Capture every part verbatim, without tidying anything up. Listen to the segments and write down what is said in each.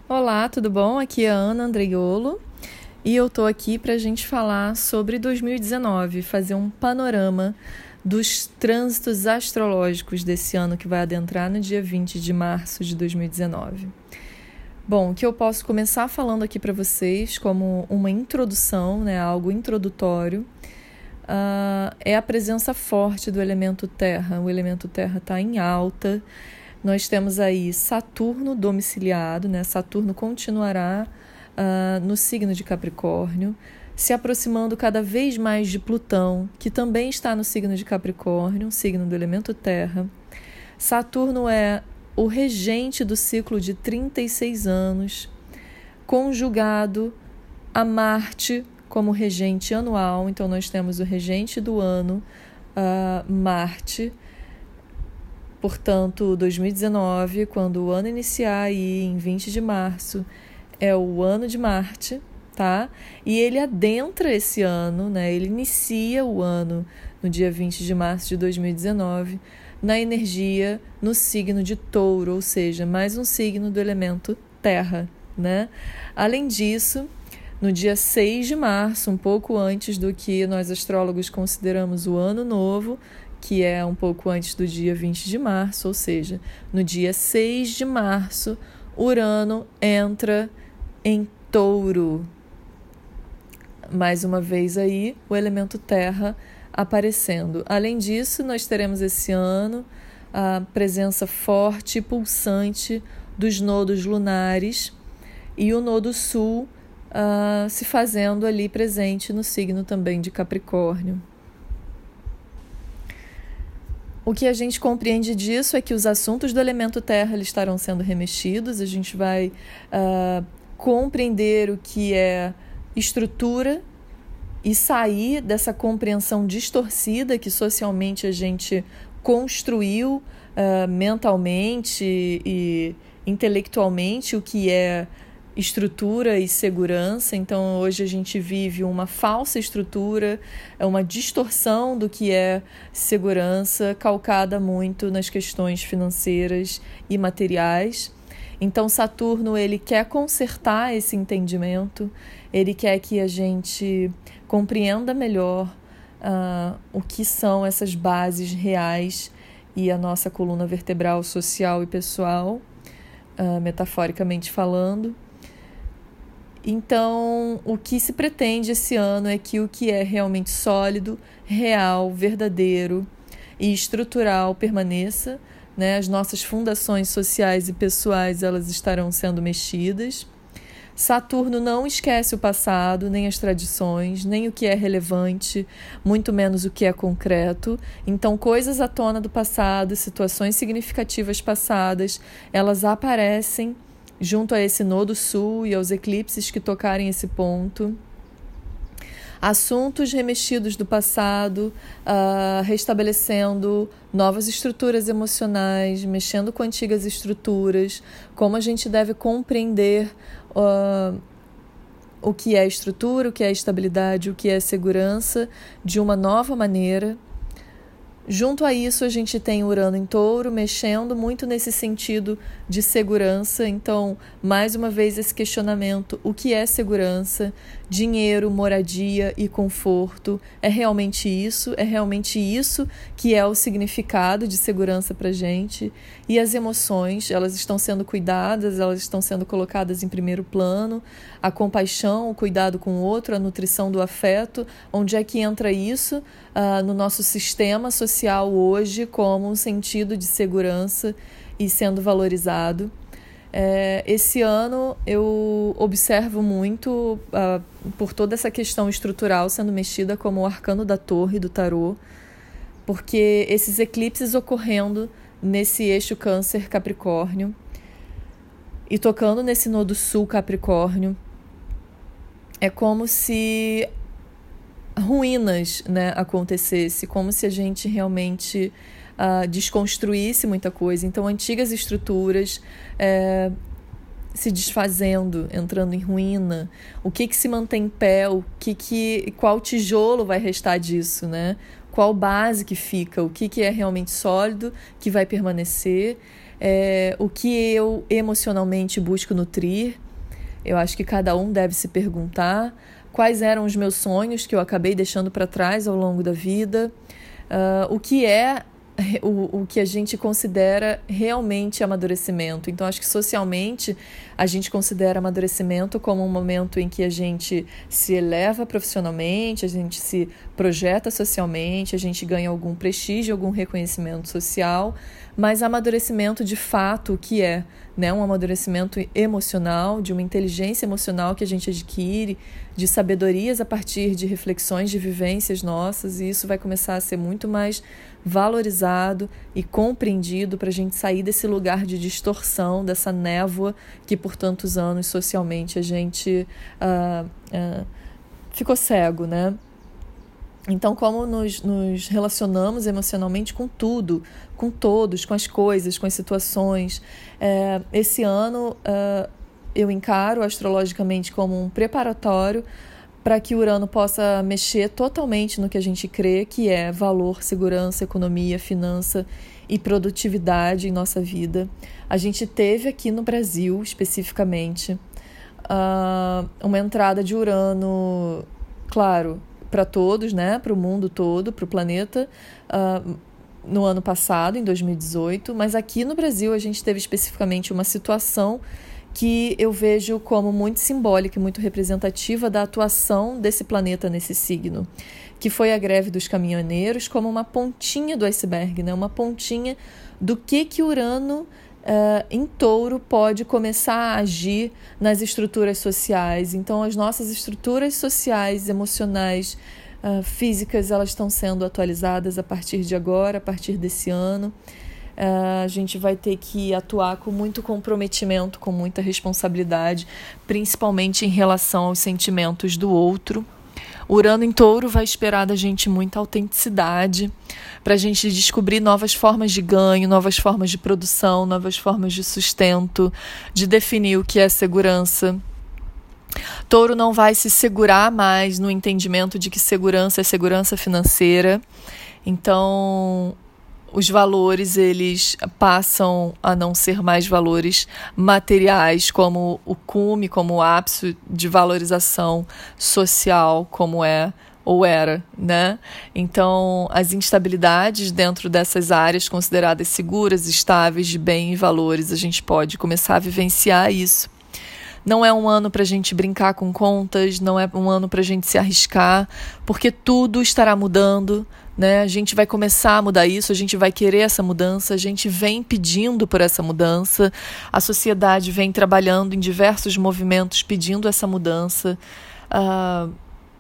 Olá, tudo bom? Aqui é a Ana Andreiolo e eu tô aqui para a gente falar sobre dois mil e dezenove, fazer um panorama dos trânsitos astrológicos desse ano que vai adentrar no dia vinte de março de dois mil e dezenove. Bom, o que eu posso começar falando aqui para vocês como uma introdução, né, algo introdutório, uh, é a presença forte do elemento terra. O elemento terra está em alta. Nós temos aí Saturno domiciliado, né? Saturno continuará uh, no signo de Capricórnio, se aproximando cada vez mais de Plutão, que também está no signo de Capricórnio, signo do elemento terra. Saturno é o regente do ciclo de trinta e seis anos, conjugado a Marte como regente anual. Então, nós temos o regente do ano, uh, Marte. Portanto, dois mil e dezenove, quando o ano iniciar aí em vinte de março, é o ano de Marte, tá? E ele adentra esse ano, né? Ele inicia o ano no dia vinte de março de dois mil e dezenove, na energia no signo de Touro, ou seja, mais um signo do elemento terra, né? Além disso, no dia seis de março, um pouco antes do que nós astrólogos consideramos o ano novo, que é um pouco antes do dia vinte de março, ou seja, no dia seis de março, Urano entra em Touro. Mais uma vez aí, o elemento terra aparecendo. Além disso, nós teremos esse ano a presença forte e pulsante dos nodos lunares e o nodo sul uh, se fazendo ali presente no signo também de Capricórnio. O que a gente compreende disso é que os assuntos do elemento terra eles estarão sendo remexidos, a gente vai uh, compreender o que é estrutura e sair dessa compreensão distorcida que socialmente a gente construiu uh, mentalmente e intelectualmente o que é estrutura e segurança. Então hoje a gente vive uma falsa estrutura, uma distorção do que é segurança, calcada muito nas questões financeiras e materiais. Então Saturno ele quer consertar esse entendimento, ele quer que a gente compreenda melhor uh, o que são essas bases reais e a nossa coluna vertebral social e pessoal, uh, metaforicamente falando. Então, o que se pretende esse ano é que o que é realmente sólido, real, verdadeiro e estrutural permaneça, né? As nossas fundações sociais e pessoais elas estarão sendo mexidas. Saturno não esquece o passado, nem as tradições, nem o que é relevante, muito menos o que é concreto. Então, coisas à tona do passado, situações significativas passadas, elas aparecem junto a esse nodo sul e aos eclipses que tocarem esse ponto. Assuntos remexidos do passado, uh, restabelecendo novas estruturas emocionais, mexendo com antigas estruturas, como a gente deve compreender uh, o que é estrutura, o que é estabilidade, o que é segurança, de uma nova maneira. Junto a isso, a gente tem Urano em Touro, mexendo muito nesse sentido de segurança. Então, mais uma vez, esse questionamento: o que é segurança? Dinheiro, moradia e conforto. É realmente isso? É realmente isso que é o significado de segurança para a gente? E as emoções, elas estão sendo cuidadas, elas estão sendo colocadas em primeiro plano. A compaixão, o cuidado com o outro, a nutrição do afeto. Onde é que entra isso uh, no nosso sistema social hoje como um sentido de segurança e sendo valorizado? É, esse ano eu observo muito uh, por toda essa questão estrutural sendo mexida como o arcano da torre do tarô, porque esses eclipses ocorrendo nesse eixo Câncer-Capricórnio e tocando nesse nodo sul Capricórnio, é como se ruínas, né, acontecesse, como se a gente realmente uh, desconstruísse muita coisa. Então, antigas estruturas é, se desfazendo, entrando em ruína. O que que se mantém em pé? O que que, qual tijolo vai restar disso, né? Qual base que fica? O que que é realmente sólido, que vai permanecer? É, o que eu emocionalmente busco nutrir? Eu acho que cada um deve se perguntar quais eram os meus sonhos que eu acabei deixando para trás ao longo da vida, uh, o que é o, o que a gente considera realmente amadurecimento. Então, acho que socialmente a gente considera amadurecimento como um momento em que a gente se eleva profissionalmente, a gente se projeta socialmente, a gente ganha algum prestígio, algum reconhecimento social, mas amadurecimento de fato o que é, né? Um amadurecimento emocional, de uma inteligência emocional que a gente adquire, de sabedorias a partir de reflexões, de vivências nossas, e isso vai começar a ser muito mais valorizado e compreendido para a gente sair desse lugar de distorção, dessa névoa que por tantos anos socialmente a gente uh, uh, ficou cego, né? Então, como nos, nos relacionamos emocionalmente com tudo, com todos, com as coisas, com as situações. É, esse ano uh, eu encaro astrologicamente como um preparatório para que Urano possa mexer totalmente no que a gente crê que é valor, segurança, economia, finança e produtividade em nossa vida. A gente teve aqui no Brasil, especificamente, uh, uma entrada de Urano, claro, para todos, né? Para o mundo todo, para o planeta, uh, no ano passado, em dois mil e dezoito, mas aqui no Brasil a gente teve especificamente uma situação que eu vejo como muito simbólica e muito representativa da atuação desse planeta nesse signo, que foi a greve dos caminhoneiros como uma pontinha do iceberg, né? Uma pontinha do que que Urano Uh, em Touro pode começar a agir nas estruturas sociais. Então, as nossas estruturas sociais, emocionais, uh, físicas, elas estão sendo atualizadas a partir de agora, a partir desse ano. Uh, a gente vai ter que atuar com muito comprometimento, com muita responsabilidade, principalmente em relação aos sentimentos do outro. Urano em Touro vai esperar da gente muita autenticidade, para a gente descobrir novas formas de ganho, novas formas de produção, novas formas de sustento, de definir o que é segurança. Touro não vai se segurar mais no entendimento de que segurança é segurança financeira. Então, os valores, eles passam a não ser mais valores materiais, como o cume, como o ápice de valorização social, como é ou era, né? Então, as instabilidades dentro dessas áreas consideradas seguras, estáveis, de bem e valores, a gente pode começar a vivenciar isso. Não é um ano para a gente brincar com contas, não é um ano para a gente se arriscar, porque tudo estará mudando, né? A gente vai começar a mudar isso, a gente vai querer essa mudança, a gente vem pedindo por essa mudança, a sociedade vem trabalhando em diversos movimentos pedindo essa mudança. Uh,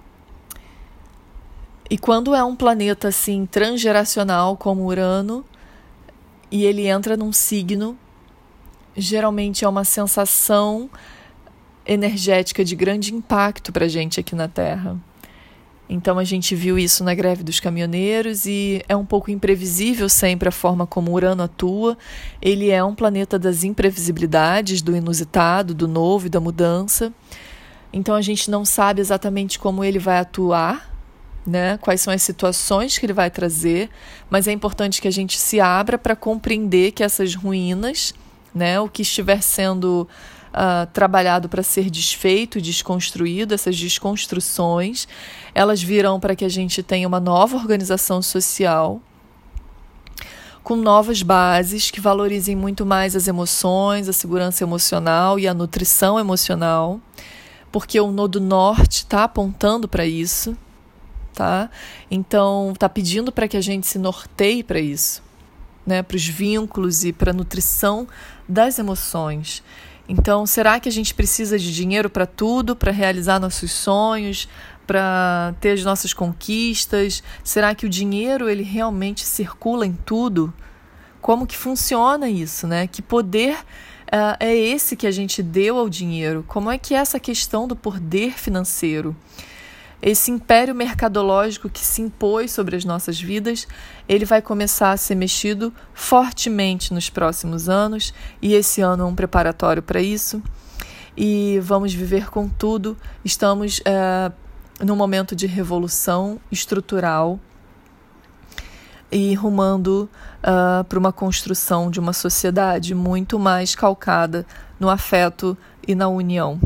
e quando é um planeta assim transgeracional como Urano, e ele entra num signo, geralmente é uma sensação energética de grande impacto para a gente aqui na Terra. Então a gente viu isso na greve dos caminhoneiros e é um pouco imprevisível sempre a forma como Urano atua. Ele é um planeta das imprevisibilidades, do inusitado, do novo e da mudança. Então a gente não sabe exatamente como ele vai atuar, né? Quais são as situações que ele vai trazer, mas é importante que a gente se abra para compreender que essas ruínas, né, o que estiver sendo Uh, trabalhado para ser desfeito, desconstruído, essas desconstruções, elas virão para que a gente tenha uma nova organização social com novas bases que valorizem muito mais as emoções, a segurança emocional e a nutrição emocional, porque o nodo norte está apontando para isso, tá? Então, está pedindo para que a gente se norteie para isso, né? Para os vínculos e para a nutrição das emoções. Então, será que a gente precisa de dinheiro para tudo, para realizar nossos sonhos, para ter as nossas conquistas? Será que o dinheiro ele realmente circula em tudo? Como que funciona isso, né? Que poder uh, é esse que a gente deu ao dinheiro? Como é que é essa questão do poder financeiro? Esse império mercadológico que se impôs sobre as nossas vidas, ele vai começar a ser mexido fortemente nos próximos anos, e esse ano é um preparatório para isso, e vamos viver com tudo. Estamos é, num momento de revolução estrutural, e rumando uh, para uma construção de uma sociedade muito mais calcada no afeto e na união.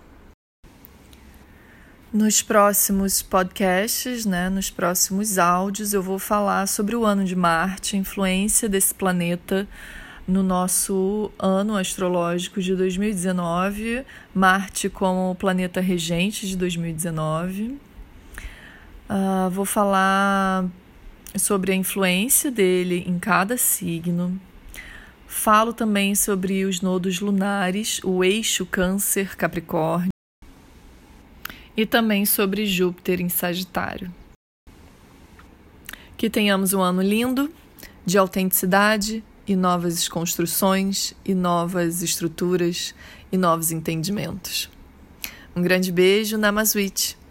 Nos próximos podcasts, né, nos próximos áudios, eu vou falar sobre o ano de Marte, a influência desse planeta no nosso ano astrológico de dois mil e dezenove, Marte como planeta regente de dois mil e dezenove. Uh, vou falar sobre a influência dele em cada signo. Falo também sobre os nodos lunares, o eixo Câncer-Capricórnio, e também sobre Júpiter em Sagitário. Que tenhamos um ano lindo, de autenticidade e novas construções, e novas estruturas, e novos entendimentos. Um grande beijo, Namazwit!